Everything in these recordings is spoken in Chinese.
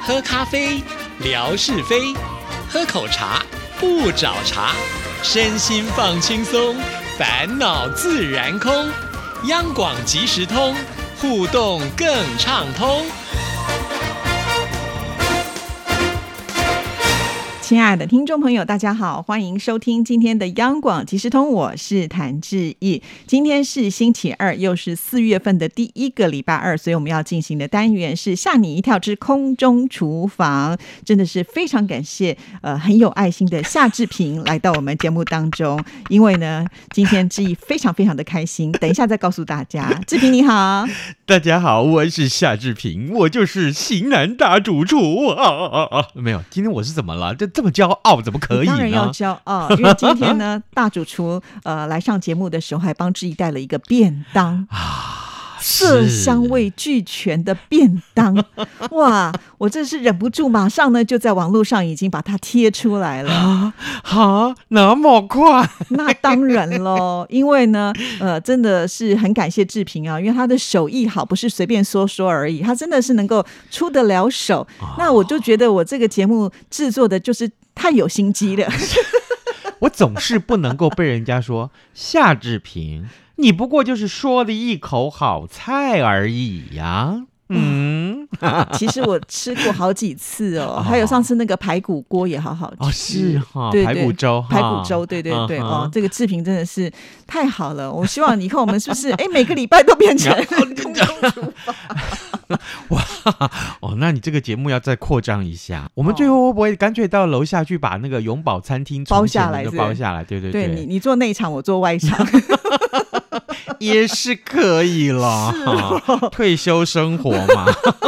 喝咖啡，聊是非；喝口茶，不找茬。身心放轻松，烦恼自然空。央广即时通，互动更畅通。 亲爱的听众朋友大家好，欢迎收听今天的央广即时通，我是谭志毅。今天是星期二，又是4月份的第一个礼拜二，所以我们要进行的单元是吓你一跳之空中厨房。真的是非常感谢很有爱心的夏志平来到我们节目当中，因为呢今天志毅非常非常的开心，等一下再告诉大家。志平你好。 大家好，我是夏志平，我就是型男大主厨啊！没有，今天我是怎么了？这么骄傲怎么可以呢？ 当然要骄傲，因为今天呢，大主厨来上节目的时候，还帮志毅带了一个便当啊，色香味俱全的便当。哇，我真是忍不住，马上呢就在网络上已经把它贴出来了。 啊，那么快？ 那当然咯，因为呢，真的是很感谢志平啊，因为他的手艺好，不是随便说说而已，他真的是能够出得了手。那我就觉得我这个节目制作的就是太有心机了。 我总是不能够被人家说夏志平，你不过就是说的一口好菜而已呀。 其实我吃过好几次哦，还有上次那个排骨锅也好好吃。 是哈， 对对， 排骨粥， 排骨粥，对对对，这个志平真的是太好了。我希望以后我们是不是每个礼拜都变成空中厨房？ 哇那你这个节目要再扩张一下，我们最后会不会干脆到楼下去把那个永宝餐厅包下来？ 包下来，对对对，你做内场，我做外场。 也是可以了，退休生活嘛。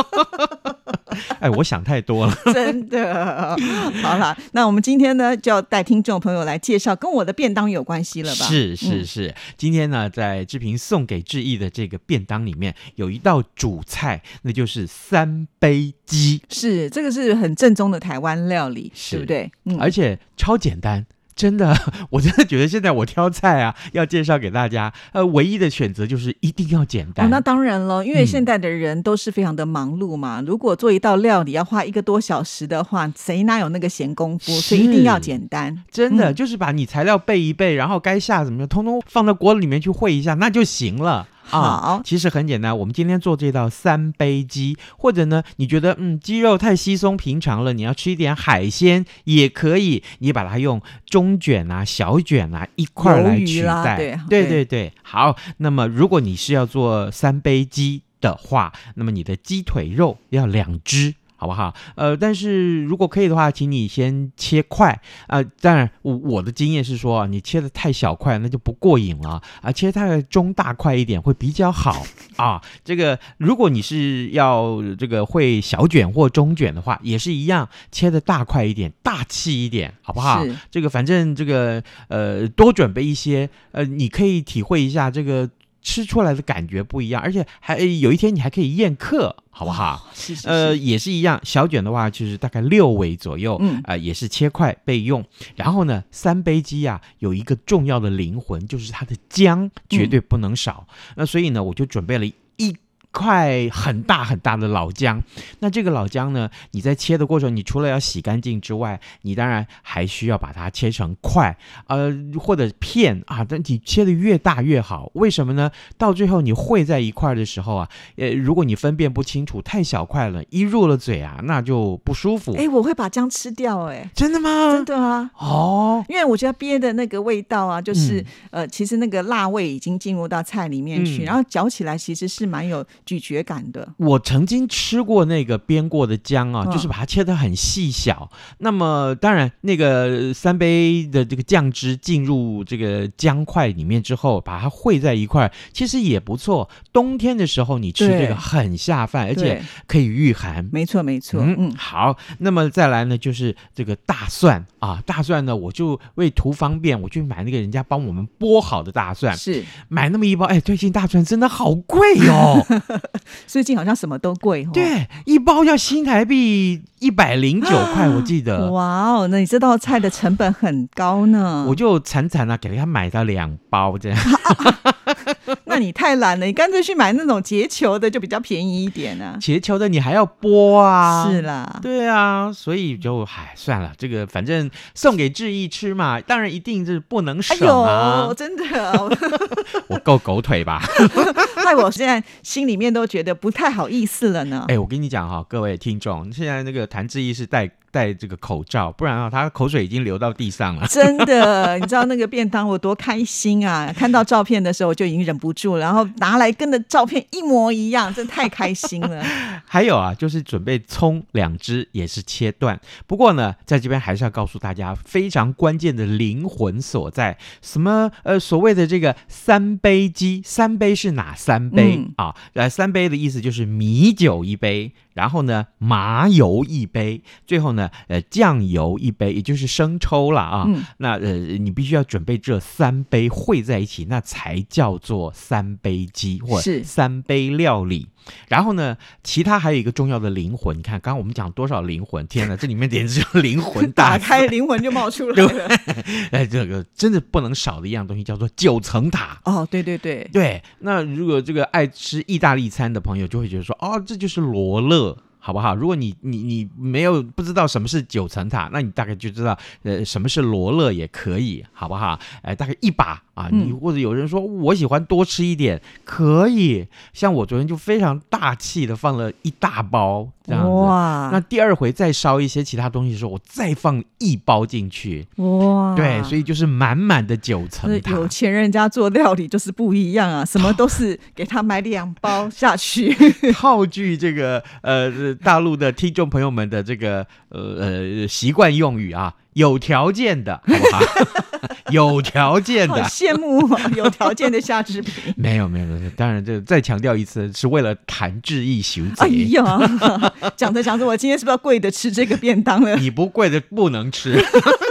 我想太多了， 真的。好了，那我们今天呢就要带听众朋友来介绍跟我的便当有关系了吧？ 是，今天呢在志平送给志毅的这个便当里面有一道主菜，那就是三杯鸡。 是，这个是很正宗的台湾料理，对不对？ 而且超简单。真的，我真的觉得现在我挑菜啊，要介绍给大家，唯一的选择就是一定要简单。 那当然了，因为现在的人都是非常的忙碌嘛，如果做一道料理要花1个多小时的话，谁哪有那个闲工夫？所以一定要简单。 真的，就是把你材料备一备，然后该下什么通通放到锅里面去烩一下，那就行了。 好， 其实很简单，我们今天做这道三杯鸡，或者呢你觉得鸡肉太稀松平常了，你要吃一点海鲜也可以，你把它用中卷啊小卷啊一块来取代。对，好，那么如果你是要做三杯鸡的话，那么你的鸡腿肉要2只，好不好？但是如果可以的话，请你先切块当然我的经验是说你切的太小块那就不过瘾了切太中大块一点会比较好这个如果你是要这个会小卷或中卷的话，也是一样，切的大块一点，大气一点，好不好？这个反正这个多准备一些你可以体会一下这个吃出来的感觉不一样，而且还有一天你还可以宴客，好不好？ 是也是一样，小卷的话就是大概6尾左右，也是切块备用。然后呢，三杯鸡有一个重要的灵魂，就是它的姜绝对不能少。那所以呢，我就准备了一块很大很大的老姜。那这个老姜呢，你在切的过程，你除了要洗干净之外，你当然还需要把它切成块或者片但你切的越大越好。为什么呢？到最后你烩在一块的时候如果你分辨不清楚，太小块了，一入了嘴那就不舒服。 我会把姜吃掉真的吗？ 真的啊。因为我觉得憋的那个味道就是其实那个辣味已经进入到菜里面去，然后嚼起来其实是蛮有咀嚼感的。 我曾经吃过那个煸过的姜就是把它切得很细小。那么当然那个三杯的这个酱汁进入这个姜块里面之后，把它烩在一块，其实也不错。冬天的时候你吃这个很下饭，而且可以御寒。 没错。 好，那么再来呢就是这个大蒜大蒜呢我就为图方便，我去买那个人家帮我们剥好的大蒜， 是买那么一包。最近大蒜真的好贵最近好像什么都贵对，一包要新台币109块我记得。 哇那你这道菜的成本很高呢。 我就惨给他买到2包这样。 那然你太懒了，你干脆去买那种结球的，就比较便宜一点啊。 结球的你还要剥啊， 是啦， 对啊，所以就算了，这个反正送给志毅吃嘛，当然一定是不能省啊。 哎呦，真的， 我够狗腿吧？ 害我现在心里面都觉得不太好意思了呢。 我跟你讲哈，各位听众，现在那个谭志毅是戴这个口罩，不然啊，他口水已经流到地上了。 真的，你知道那个便当我多开心啊！看到照片的时候我就已经忍不住了，然后拿来跟的照片一模一样，真的太开心了。 还有啊，就是准备葱2只也是切断。不过呢，在这边还是要告诉大家非常关键的灵魂所在，什么所谓的这个3杯鸡，3杯是哪3杯啊？3杯的意思就是米酒1杯。然后呢，麻油1杯，最后呢，酱油1杯，也就是生抽啦啊。那你必须要准备这3杯汇在一起，那才叫做3杯鸡或者3杯料理。然后呢，其他还有一个重要的灵魂，你看，刚刚我们讲多少灵魂？天哪，这里面简直就灵魂大打开灵魂就冒出来了。 这个真的不能少的一样东西叫做9层塔。 哦，对对对对，那如果这个爱吃意大利餐的朋友就会觉得说，哦，这就是罗勒。好不好？如果你不知道什么是9层塔，那你大概就知道什么是罗勒也可以，好不好？大概1把啊，你或者有人说我喜欢多吃一点，可以。像我昨天就非常大气的放了1大包这样子。哇！那第2回再烧一些其他东西的时候，我再放1包进去。哇！对，所以就是满满的9层塔。 有钱人家做料理就是不一样啊，什么都是给他买2包下去。 套句这个大陆的听众朋友们的这个习惯用语啊，有条件的，好不好？有条件的， 好羡慕有条件的夏志平。 没有，当然这再强调一次，是为了谭志毅修贼。 哎呀，讲着讲着，我今天是不是要跪着吃这个便当了？ 你不跪着不能吃。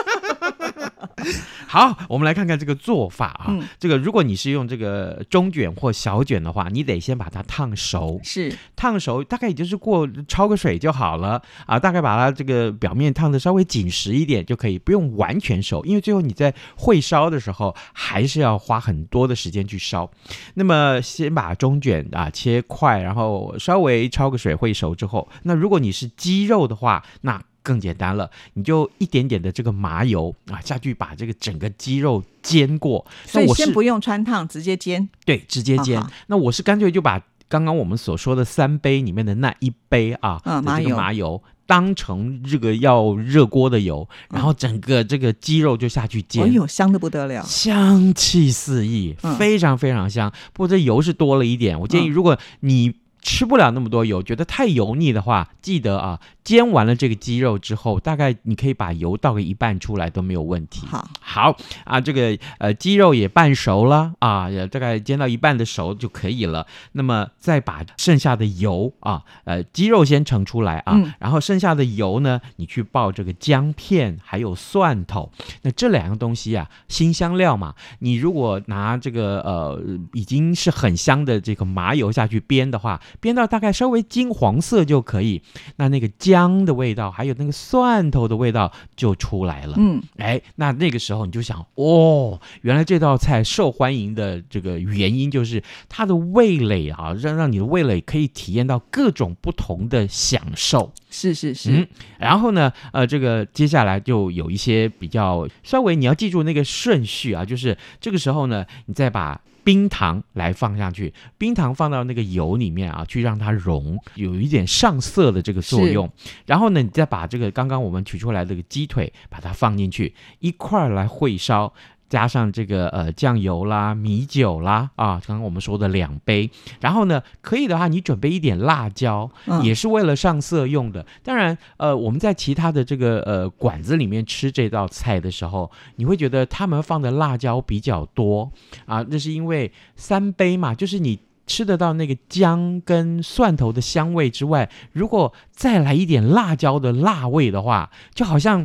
好，我们来看看这个做法啊。这个如果你是用这个中卷或小卷的话，你得先把它烫熟。 是烫熟，大概也就是焯个水就好了啊。大概把它这个表面烫的稍微紧实一点就可以，不用完全熟，因为最后你在会烧的时候还是要花很多的时间去烧。那么先把中卷切块，然后稍微焯个水会熟之后，那如果你是鸡肉的话，那更简单了，你就一点点的这个麻油下去把这个整个鸡肉煎过。 所以先不用穿烫，直接煎。 对，直接煎。那我是干脆就把刚刚我们所说的3杯里面的那1杯的这个麻油当成这个要热锅的油，然后整个这个鸡肉就下去煎。哎呦，香的不得了， 香气四溢，非常非常香。不过这油是多了一点，我建议如果你吃不了那么多油，觉得太油腻的话，记得煎完了这个鸡肉之后，大概你可以把油倒个1半出来都没有问题。好这个鸡肉也半熟了也大概煎到1半的熟就可以了。那么再把剩下的油鸡肉先盛出来然后剩下的油呢，你去爆这个姜片还有蒜头。那这2样东西辛香料嘛，你如果拿这个已经是很香的这个麻油下去煸的话，煸到大概稍微金黄色就可以，那个姜的味道还有那个蒜头的味道就出来了。那个时候你就想，原来这道菜受欢迎的这个原因就是它的味蕾让你的味蕾可以体验到各种不同的享受。 是然后呢这个接下来就有一些比较稍微你要记住那个顺序就是这个时候呢，你再把冰糖来放上去，冰糖放到那个油里面去让它融，有一点上色的这个作用。然后呢，你再把这个刚刚我们取出来的这个鸡腿把它放进去，一块来烩烧。加上这个酱油啦、米酒啦刚刚我们说的2杯，然后呢，可以的话你准备一点辣椒，也是为了上色用的。当然我们在其他的这个馆子里面吃这道菜的时候，你会觉得他们放的辣椒比较多那是因为3杯嘛，就是你吃得到那个姜跟蒜头的香味之外，如果再来一点辣椒的辣味的话，就好像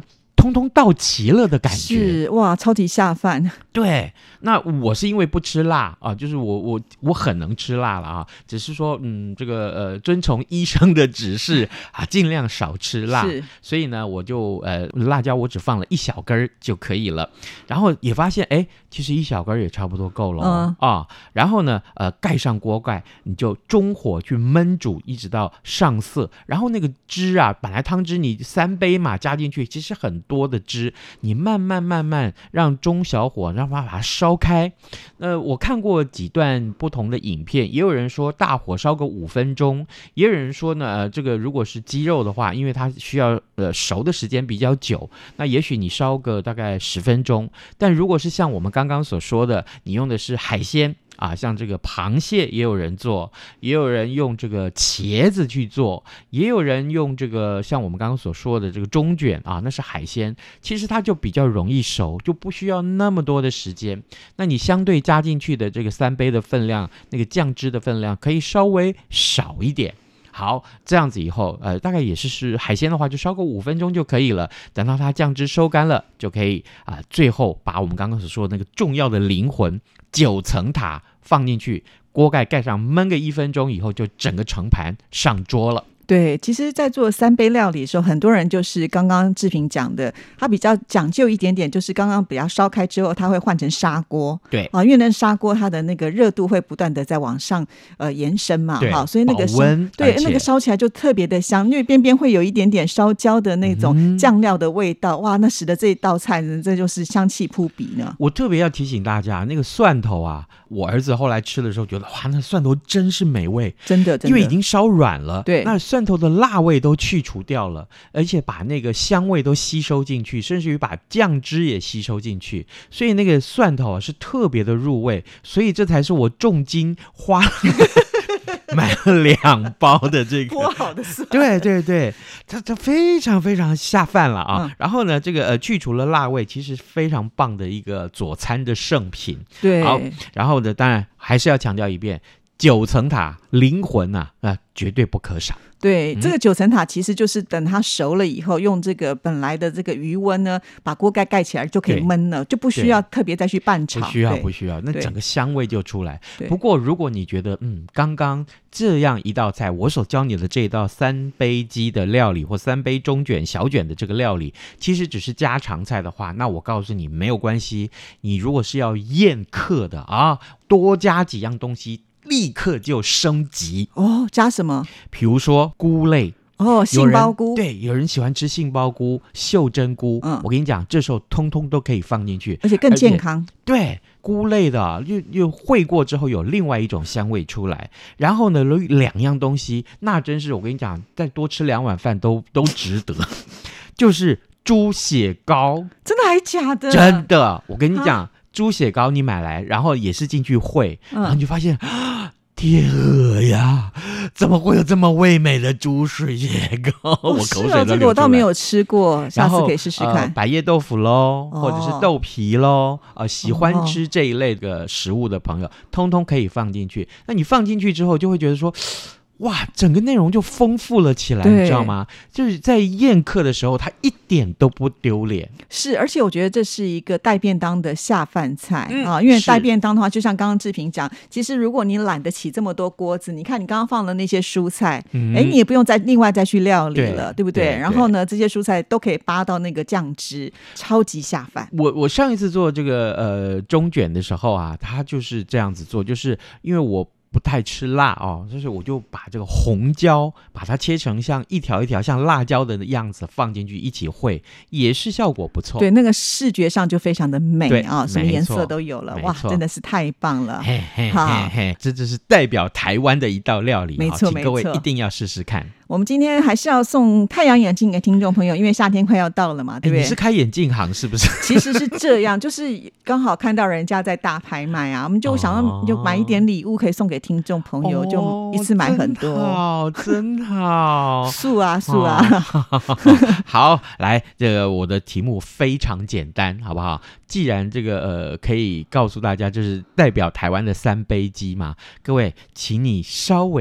通通到齐了的感觉。 是哇，超级下饭。 对，那我是因为不吃辣啊，就是我很能吃辣了啊，只是说这个遵从医生的指示啊，尽量少吃辣。 是， 所以呢，我就辣椒我只放了1小根就可以了。然后也发现其实1小根也差不多够了啊。然后呢盖上锅盖，你就中火去焖煮，一直到上色。然后那个汁啊，本来汤汁你3杯嘛加进去，其实很多的汁，你慢慢让中小火让把它烧开。我看过几段不同的影片，也有人说大火烧个5分钟，也有人说呢这个如果是鸡肉的话，因为它需要熟的时间比较久，那也许你烧个大概10分钟。但如果是像我们刚刚所说的，你用的是海鲜啊，像这个螃蟹也有人做，也有人用这个茄子去做，也有人用这个像我们刚刚所说的这个中卷啊，那是海鲜，其实它就比较容易熟，就不需要那么多的时间。那你相对加进去的这个3杯的分量，那个酱汁的分量可以稍微少一点。好，这样子以后大概也是海鲜的话就烧个5分钟就可以了，等到它酱汁收干了就可以最后把我们刚刚所说的那个重要的灵魂9层塔放进去，锅盖盖上焖个1分钟以后，就整个盛盘上桌了。 对，其实在做3杯料理的时候，很多人就是刚刚志平讲的，他比较讲究一点点，就是刚刚比较烧开之后，他会换成砂锅。 对因为那砂锅它的那个热度会不断的在往上延伸嘛，所以那个保温， 对，那个烧起来就特别的香，因为边边会有一点点烧焦的那种酱料的味道，哇，那使得这一道菜呢，这就是香气扑鼻呢。 我特别要提醒大家，那个蒜头啊，我儿子后来吃的时候觉得，哇，那蒜头真是美味， 真的， 因为已经烧软了。 对， 那蒜头的辣味都去除掉了，而且把那个香味都吸收进去，甚至于把酱汁也吸收进去，所以那个蒜头是特别的入味，所以这才是我重金花买了2包的这个剥好的蒜。 对，它非常非常下饭了啊。然后呢，这个去除了辣味，其实非常棒的一个佐餐的圣品。 对， 好，然后呢，当然还是要强调一遍，9层塔灵魂绝对不可少。 对，这个9层塔其实就是等它熟了以后，用这个本来的这个余温呢，把锅盖盖起来就可以焖了，就不需要特别再去拌炒。 不需要，那整个香味就出来。不过如果你觉得刚刚这样一道菜，我所教你的这道3杯鸡的料理或3杯中卷小卷的这个料理，其实只是家常菜的话，那我告诉你没有关系。你如果是要宴客的多加几样东西，立刻就升级加什么？ 比如说菇类杏鲍菇。 对，有人喜欢吃杏鲍菇、袖珍菇，我跟你讲，这时候通通都可以放进去， 而且更健康。 对，菇类的又烩过之后有另外一种香味出来，然后呢2样东西，那真是我跟你讲，再多吃2碗饭都值得，就是猪血糕。 真的还假的？ 真的，我跟你讲。猪血糕你买来，然后也是进去烩，然后你就发现天鹅呀，怎么会有这么味美的猪血糕？我口水都流出来。 这个我倒没有吃过，下次可以试试看。 百叶豆腐咯，或者是豆皮咯，喜欢吃这一类的食物的朋友，通通可以放进去。那你放进去之后，就会觉得说，哇，整个内容就丰富了起来，你知道吗？就是在宴客的时候，它一点都不丢脸。 是，而且我觉得这是一个带便当的下饭菜因为带便当的话，就像刚刚志平讲，其实如果你懒得起这么多锅子，你看你刚刚放的那些蔬菜，你也不用另外再去料理了，对不对？然后呢，这些蔬菜都可以扒到那个酱汁，超级下饭。 我上一次做这个中卷的时候它就是这样子做，就是因为我不太吃辣就是我就把这个红椒把它切成像一条一条像辣椒的样子放进去一起烩，也是效果不错。 对，那个视觉上就非常的美什么颜色都有了，哇，真的是太棒了。 这就是代表台湾的一道料理， 没错， 请各位一定要试试看。 我们今天还是要送太阳眼镜给听众朋友，因为夏天快要到了嘛，对不对？ 你是开眼镜行是不是？ 其实是这样，就是刚好看到人家在大拍卖我们就想要就买一点礼物可以送给听众朋友，就一次买很多。 真好素啊好，来，这个我的题目非常简单，好不好？既然这个可以告诉大家，就是代表台湾的3杯鸡嘛，各位，请你稍微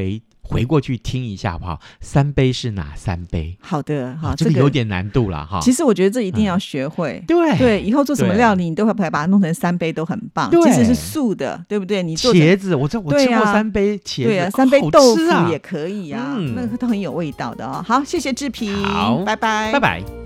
回过去听一下好不好？三杯是哪三杯？ 好的，好， 这个有点难度了哈。 其实我觉得这一定要学会， 对， 以后做什么料理你都会把它弄成三杯都很棒，即使是素的，对不对？你做茄子，我吃过三杯茄子， 对啊，三杯豆腐也可以啊，那个都很有味道的哦。好，谢谢志平， 好， 拜拜， 拜拜。